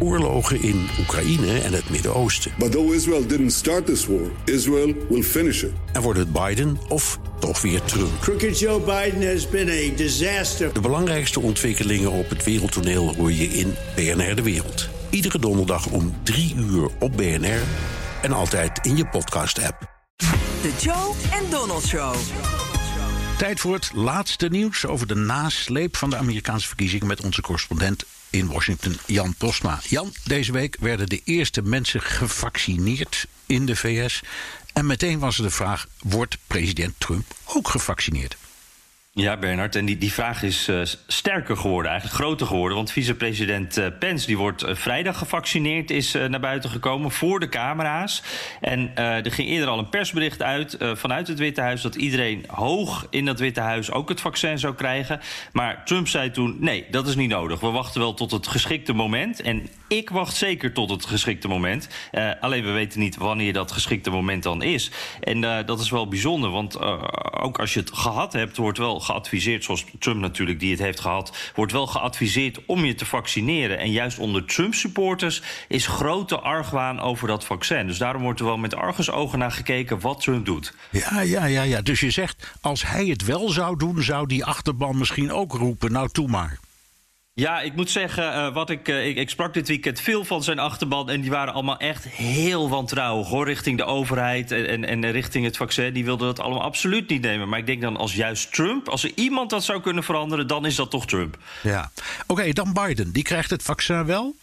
oorlogen in Oekraïne en het Midden-Oosten. But though Israel didn't start this war, Israel will finish it. En wordt het Biden of toch weer Trump? Crooked Joe Biden has been a disaster. De belangrijkste ontwikkelingen op het wereldtoneel hoor je in BNR De Wereld. Iedere donderdag om 3 uur op BNR en altijd in je podcast-app. De Joe en Donald Show. Tijd voor het laatste nieuws over de nasleep van de Amerikaanse verkiezingen met onze correspondent in Washington, Jan Postma. Jan, deze week werden de eerste mensen gevaccineerd in de VS. En meteen was er de vraag, wordt president Trump ook gevaccineerd? Ja, Bernard, en die vraag is sterker geworden, eigenlijk groter geworden. Want vicepresident Pence, die wordt vrijdag gevaccineerd, is naar buiten gekomen voor de camera's. En er ging eerder al een persbericht uit vanuit het Witte Huis dat iedereen hoog in dat Witte Huis ook het vaccin zou krijgen. Maar Trump zei toen, nee, dat is niet nodig. We wachten wel tot het geschikte moment. En ik wacht zeker tot het geschikte moment. Alleen we weten niet wanneer dat geschikte moment dan is. En dat is wel bijzonder, want ook als je het gehad hebt, wordt wel geadviseerd, zoals Trump natuurlijk die het heeft gehad, wordt wel geadviseerd om je te vaccineren. En juist onder Trump-supporters is grote argwaan over dat vaccin. Dus daarom wordt er wel met argusogen naar gekeken wat Trump doet. Ja. Dus je zegt, als hij het wel zou doen, zou die achterban misschien ook roepen, nou toe maar. Ja, ik moet zeggen, ik sprak dit weekend veel van zijn achterban en die waren allemaal echt heel wantrouwig, hoor, richting de overheid en richting het vaccin. Die wilden dat allemaal absoluut niet nemen. Maar ik denk dan als juist Trump, als er iemand dat zou kunnen veranderen, dan is dat toch Trump. Ja, Oké, dan Biden. Die krijgt het vaccin wel?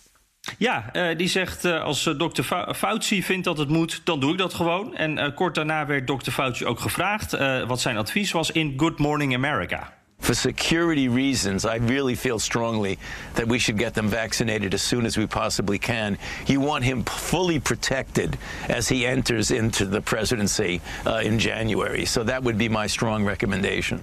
Ja, die zegt als dokter Fauci vindt dat het moet, dan doe ik dat gewoon. En kort daarna werd dokter Fauci ook gevraagd wat zijn advies was in Good Morning America. For security reasons, I really feel strongly that we should get them vaccinated as soon as we possibly can. You want him fully protected as he enters into the presidency in January. So that would be my strong recommendation.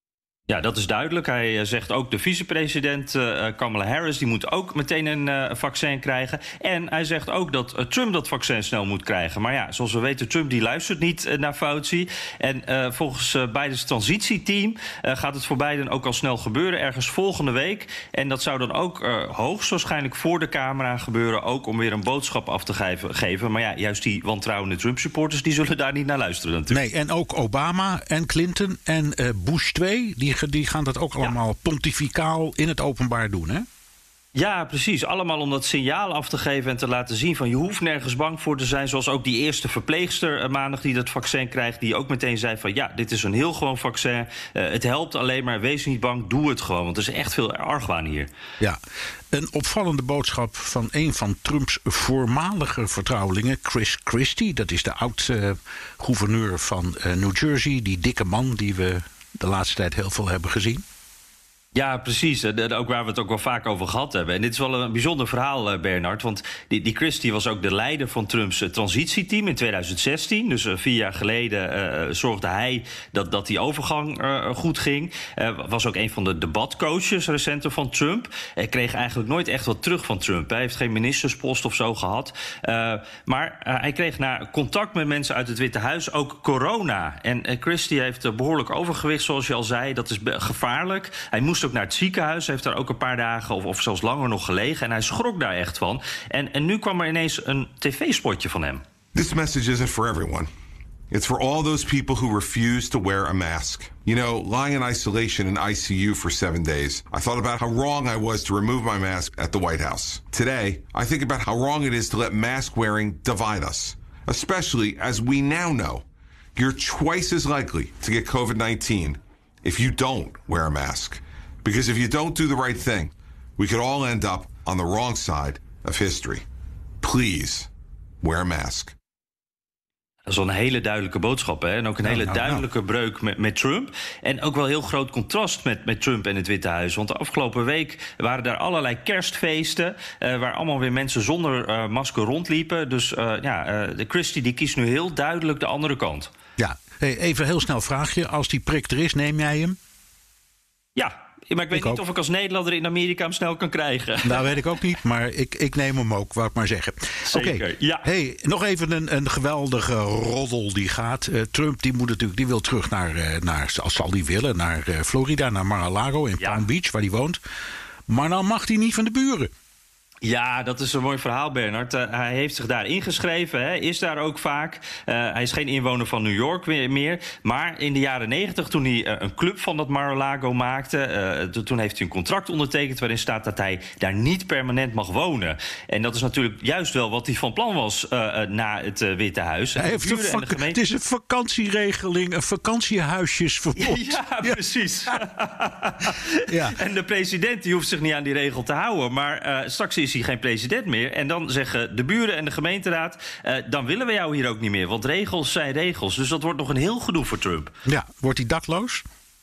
Ja, dat is duidelijk. Hij zegt ook de vicepresident Kamala Harris, die moet ook meteen een vaccin krijgen. En hij zegt ook dat Trump dat vaccin snel moet krijgen. Maar ja, zoals we weten, Trump die luistert niet naar Fauci. En volgens Bidens transitieteam gaat het voor Biden ook al snel gebeuren, ergens volgende week. En dat zou dan ook hoogstwaarschijnlijk voor de camera gebeuren, ook om weer een boodschap af te geven. Maar ja, juist die wantrouwende Trump-supporters, die zullen daar niet naar luisteren natuurlijk. Nee, en ook Obama en Clinton en Bush 2, die gaan dat ook allemaal pontificaal in het openbaar doen, hè? Ja, precies. Allemaal om dat signaal af te geven en te laten zien van je hoeft nergens bang voor te zijn. Zoals ook die eerste verpleegster maandag die dat vaccin krijgt, die ook meteen zei van ja, dit is een heel gewoon vaccin. Het helpt alleen maar, wees niet bang, doe het gewoon. Want er is echt veel argwaan hier. Ja, een opvallende boodschap van een van Trumps voormalige vertrouwelingen, Chris Christie. Dat is de oud-gouverneur van New Jersey, die dikke man die we de laatste tijd heel veel hebben gezien. Ja, precies. Ook waar we het ook wel vaak over gehad hebben. En dit is wel een bijzonder verhaal, Bernard. Want die Christie was ook de leider van Trumps transitieteam in 2016. Dus 4 jaar geleden zorgde hij dat die overgang goed ging. Was ook een van de debatcoaches recenter van Trump. Hij kreeg eigenlijk nooit echt wat terug van Trump. Hij heeft geen ministerspost of zo gehad. Maar hij kreeg na contact met mensen uit het Witte Huis ook corona. En Christie heeft behoorlijk overgewicht, zoals je al zei. Dat is gevaarlijk. Hij moest ook naar het ziekenhuis, heeft daar ook een paar dagen of zelfs langer nog gelegen. En hij schrok daar echt van. En nu kwam er ineens een tv-spotje van hem. This message isn't for everyone. It's for all those people who refuse to wear a mask. You know, lying in isolation in ICU for 7 days, I thought about how wrong I was to remove my mask at the White House. Today, I think about how wrong it is to let mask wearing divide us, especially as we now know you're twice as likely to get COVID-19 if you don't wear a mask. Because if you don't do the right thing, we could all end up on the wrong side of history. Please, wear a mask. Dat is wel een hele duidelijke boodschap, hè? En ook een hele duidelijke breuk met Trump. En ook wel heel groot contrast met Trump en het Witte Huis. Want de afgelopen week waren daar allerlei kerstfeesten, waar allemaal weer mensen zonder masker rondliepen. Dus de Christie die kiest nu heel duidelijk de andere kant. Ja, even heel snel vraagje. Als die prik er is, neem jij hem? Ja. Maar ik weet niet of ik als Nederlander in Amerika hem snel kan krijgen. Nou, weet ik ook niet, maar ik neem hem ook, wou ik maar zeggen. Zeker, ja. Hey, nog even een geweldige roddel die gaat. Trump die wil terug naar zal hij willen, naar Florida, naar Mar-a-Lago in Palm Beach, waar hij woont. Maar dan mag hij niet van de buren. Ja, dat is een mooi verhaal, Bernard. Hij heeft zich daar ingeschreven, is daar ook vaak. Hij is geen inwoner van New York meer. Maar in de jaren 90, toen hij een club van dat Mar-a-Lago maakte... toen heeft hij een contract ondertekend waarin staat dat hij daar niet permanent mag wonen. En dat is natuurlijk juist wel wat hij van plan was na het Witte Huis. Hij heeft het is een vakantieregeling, een vakantiehuisjesverbod. Ja, precies. Ja. En de president die hoeft zich niet aan die regel te houden. Maar straks is hij geen president meer. En dan zeggen de buren en de gemeenteraad... dan willen we jou hier ook niet meer. Want regels zijn regels. Dus dat wordt nog een heel gedoe voor Trump. Ja, wordt hij dakloos?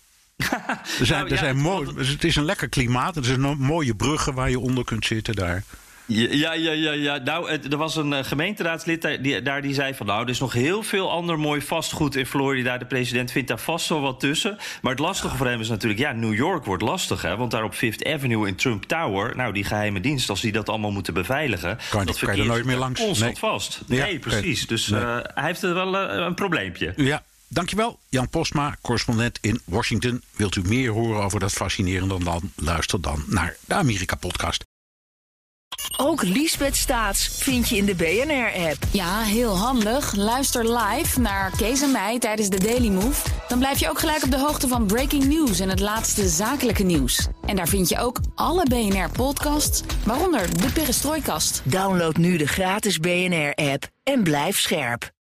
Het is een lekker klimaat. Er zijn mooie bruggen waar je onder kunt zitten daar. Ja. Nou, er was een gemeenteraadslid die zei van... nou, er is nog heel veel ander mooi vastgoed in Florida. De president vindt daar vast wel wat tussen. Maar het lastige voor hem is natuurlijk... New York wordt lastig, hè. Want daar op Fifth Avenue in Trump Tower... nou, die geheime dienst, als die dat allemaal moeten beveiligen... kan je er nooit meer langs. Constant vast. Nee, precies. Dus hij heeft er wel een probleempje. Ja. Dankjewel, Jan Postma, correspondent in Washington. Wilt u meer horen over dat fascinerende land? Luister dan naar de Amerika-podcast. Ook Liesbeth Staats vind je in de BNR-app. Ja, heel handig. Luister live naar Kees en mij tijdens de Daily Move. Dan blijf je ook gelijk op de hoogte van breaking news en het laatste zakelijke nieuws. En daar vind je ook alle BNR-podcasts, waaronder de Perestrooikast. Download nu de gratis BNR-app en blijf scherp.